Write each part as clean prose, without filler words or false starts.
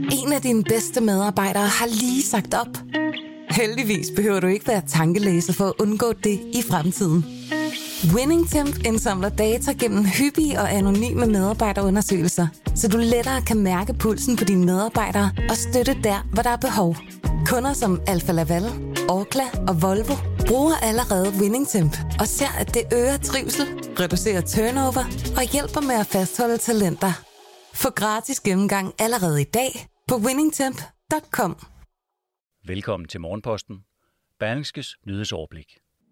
En af dine bedste medarbejdere har lige sagt op. Heldigvis behøver du ikke være tankelæser for at undgå det i fremtiden. WinningTemp indsamler data gennem hyppige og anonyme medarbejderundersøgelser, så du lettere kan mærke pulsen på dine medarbejdere og støtte der, hvor der er behov. Kunder som Alfa Laval, Orkla og Volvo bruger allerede WinningTemp og ser, at det øger trivsel, reducerer turnover og hjælper med at fastholde talenter. Få gratis gennemgang allerede i dag på winningtemp.com. Velkommen til Morgenposten, Berlingskes nyhedsoverblik.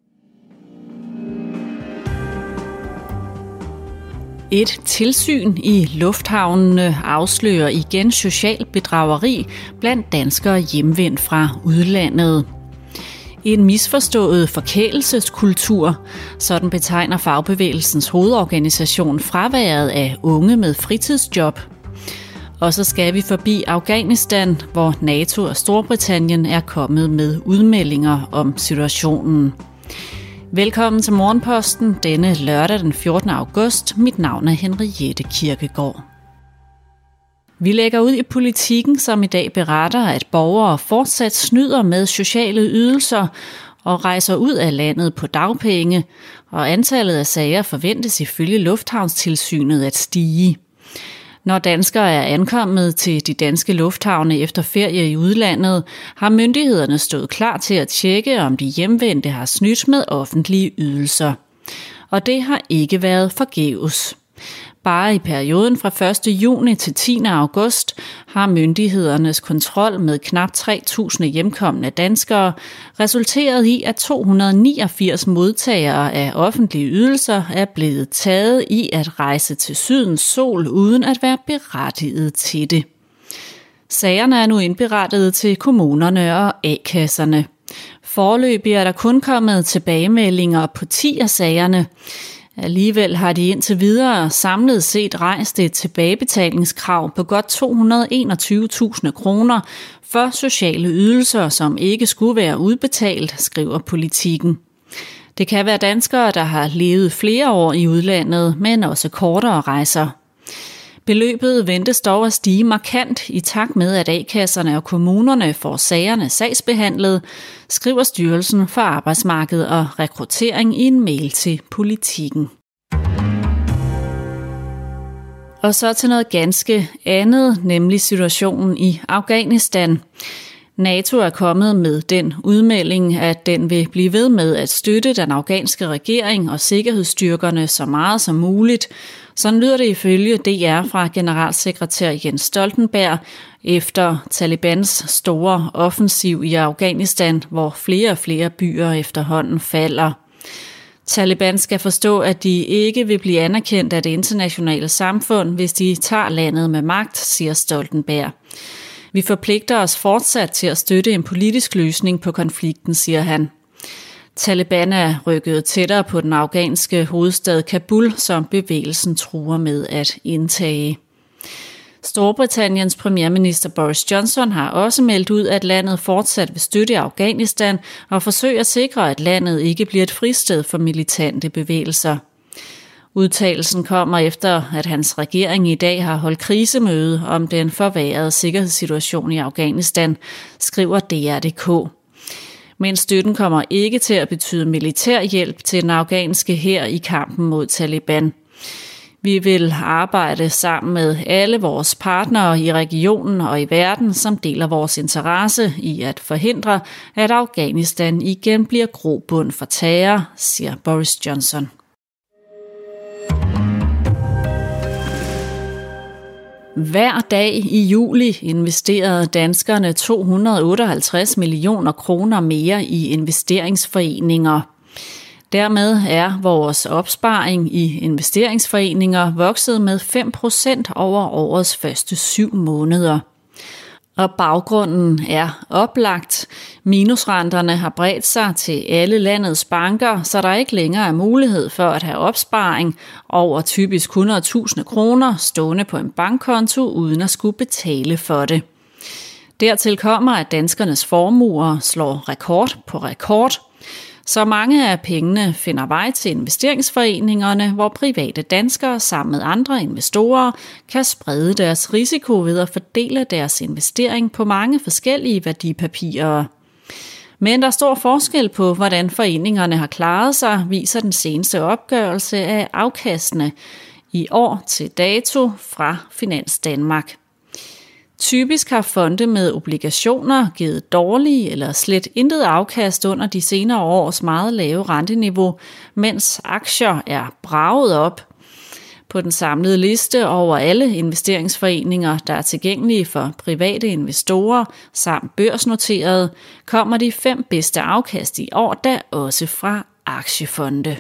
Et tilsyn i lufthavnene afslører igen socialt bedrageri blandt danskere hjemvendt fra udlandet. En misforstået forkælelseskultur, sådan betegner fagbevægelsens hovedorganisation fraværet af unge med fritidsjob. Og så skal vi forbi Afghanistan, hvor NATO og Storbritannien er kommet med udmeldinger om situationen. Velkommen til Morgenposten denne lørdag den 14. august. Mit navn er Henriette Kirkegaard. Vi lægger ud i Politikken, som i dag beretter, at borgere fortsat snyder med sociale ydelser og rejser ud af landet på dagpenge, og antallet af sager forventes ifølge Lufthavnstilsynet at stige. Når danskere er ankommet til de danske lufthavne efter ferie i udlandet, har myndighederne stået klar til at tjekke, om de hjemvendte har snydt med offentlige ydelser. Og det har ikke været forgæves. Bare i perioden fra 1. juni til 10. august har myndighedernes kontrol med knap 3.000 hjemkomne danskere resulteret i, at 289 modtagere af offentlige ydelser er blevet taget i at rejse til Sydens sol uden at være berettiget til det. Sagerne er nu indberettet til kommunerne og A-kasserne. Foreløbig er der kun kommet tilbagemeldinger på 10 af sagerne. Alligevel har de indtil videre samlet set rejst et tilbagebetalingskrav på godt 221.000 kroner for sociale ydelser, som ikke skulle være udbetalt, skriver Politikken. Det kan være danskere, der har levet flere år i udlandet, men også kortere rejser. Beløbet ventes dog at stige markant i takt med, at A-kasserne og kommunerne får sagerne sagsbehandlet, skriver Styrelsen for Arbejdsmarked og Rekruttering i en mail til Politikken. Og så til noget ganske andet, nemlig situationen i Afghanistan. NATO er kommet med den udmelding, at den vil blive ved med at støtte den afghanske regering og sikkerhedsstyrkerne så meget som muligt. Sådan lyder det ifølge DR fra generalsekretær Jens Stoltenberg efter Talibans store offensiv i Afghanistan, hvor flere og flere byer efterhånden falder. Taliban skal forstå, at de ikke vil blive anerkendt af det internationale samfund, hvis de tager landet med magt, siger Stoltenberg. Vi forpligter os fortsat til at støtte en politisk løsning på konflikten, siger han. Taliban er rykket tættere på den afghanske hovedstad Kabul, som bevægelsen truer med at indtage. Storbritanniens premierminister Boris Johnson har også meldt ud, at landet fortsat vil støtte Afghanistan og forsøge at sikre, at landet ikke bliver et fristed for militante bevægelser. Udtalelsen kommer efter, at hans regering i dag har holdt krisemøde om den forværrede sikkerhedssituation i Afghanistan, skriver DR.dk. Men støtten kommer ikke til at betyde militær hjælp til den afghanske hær i kampen mod Taliban. Vi vil arbejde sammen med alle vores partnere i regionen og i verden, som deler vores interesse i at forhindre, at Afghanistan igen bliver grobund for terror, siger Boris Johnson. Hver dag i juli investerede danskerne 258 millioner kroner mere i investeringsforeninger. Dermed er vores opsparing i investeringsforeninger vokset med 5% over årets første 7 måneder. Og baggrunden er oplagt. Minusrenterne har bredt sig til alle landets banker, så der ikke længere er mulighed for at have opsparing over typisk 100.000 kroner stående på en bankkonto uden at skulle betale for det. Dertil kommer, at danskernes formuer slår rekord på rekord. Så mange af pengene finder vej til investeringsforeningerne, hvor private danskere sammen med andre investorer kan sprede deres risiko ved at fordele deres investering på mange forskellige værdipapirer. Men der er stor forskel på, hvordan foreningerne har klaret sig, viser den seneste opgørelse af afkastene i år til dato fra Finans Danmark. Typisk har fonde med obligationer givet dårlige eller slet intet afkast under de senere års meget lave renteniveau, mens aktier er braget op. På den samlede liste over alle investeringsforeninger, der er tilgængelige for private investorer samt børsnoterede, kommer de 5 bedste afkast i år, da også fra aktiefonde.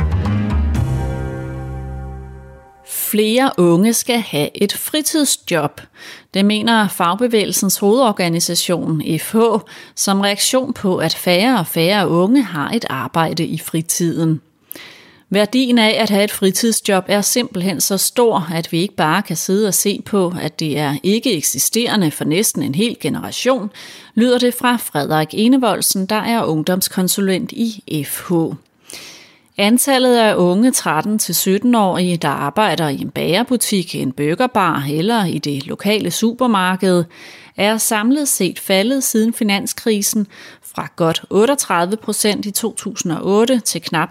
Flere unge skal have et fritidsjob. Det mener fagbevægelsens hovedorganisation FH som reaktion på, at færre og færre unge har et arbejde i fritiden. Værdien af at have et fritidsjob er simpelthen så stor, at vi ikke bare kan sidde og se på, at det er ikke eksisterende for næsten en hel generation, lyder det fra Frederik Enevoldsen, der er ungdomskonsulent i FH. Antallet af unge 13-17-årige, der arbejder i en bagerbutik, en burgerbar eller i det lokale supermarked, er samlet set faldet siden finanskrisen fra godt 38% i 2008 til knap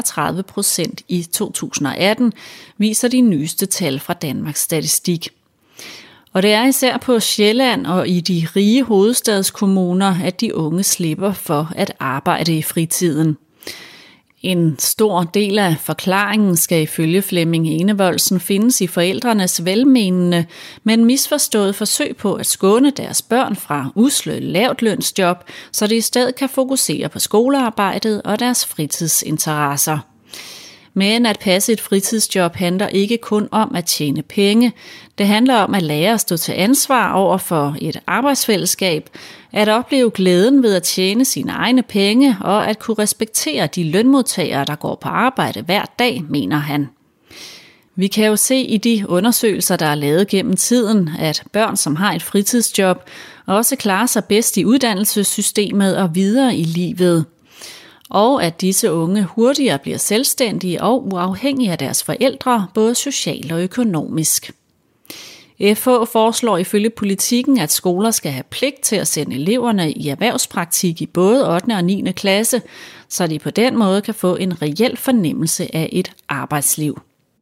33% i 2018, viser de nyeste tal fra Danmarks Statistik. Og det er især på Sjælland og i de rige hovedstadskommuner, at de unge slipper for at arbejde i fritiden. En stor del af forklaringen skal ifølge Flemming Enevoldsen findes i forældrenes velmenende, men misforstået forsøg på at skåne deres børn fra usle lavtlønsjob, så de i stedet kan fokusere på skolearbejdet og deres fritidsinteresser. Men at passe et fritidsjob handler ikke kun om at tjene penge. Det handler om at lære at stå til ansvar over for et arbejdsfællesskab, at opleve glæden ved at tjene sine egne penge og at kunne respektere de lønmodtagere, der går på arbejde hver dag, mener han. Vi kan jo se i de undersøgelser, der er lavet gennem tiden, at børn, som har et fritidsjob, også klarer sig bedst i uddannelsessystemet og videre i livet. Og at disse unge hurtigere bliver selvstændige og uafhængige af deres forældre, både socialt og økonomisk. FH foreslår ifølge Politikken, at skoler skal have pligt til at sende eleverne i erhvervspraktik i både 8. og 9. klasse, så de på den måde kan få en reel fornemmelse af et arbejdsliv.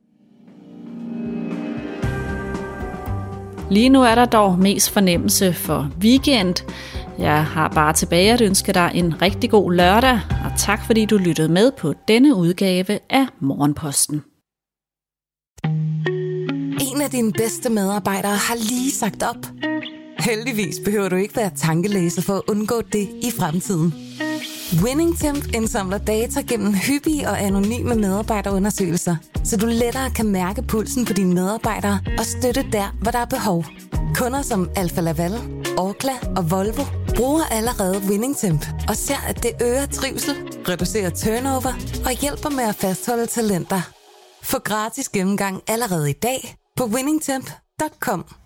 Lige nu er der dog mest fornemmelse for weekend. Jeg har bare tilbage at ønske dig en rigtig god lørdag, og tak fordi du lyttede med på denne udgave af Morgenposten. En af dine bedste medarbejdere har lige sagt op. Heldigvis behøver du ikke være tankelæser for at undgå det i fremtiden. WinningTemp indsamler data gennem hyppige og anonyme medarbejderundersøgelser, så du lettere kan mærke pulsen på dine medarbejdere og støtte der, hvor der er behov. Kunder som Alfa Laval, Orkla og Volvo bruger allerede WinningTemp og ser, at det øger trivsel, reducerer turnover og hjælper med at fastholde talenter. Få gratis gennemgang allerede i dag på winningtemp.com.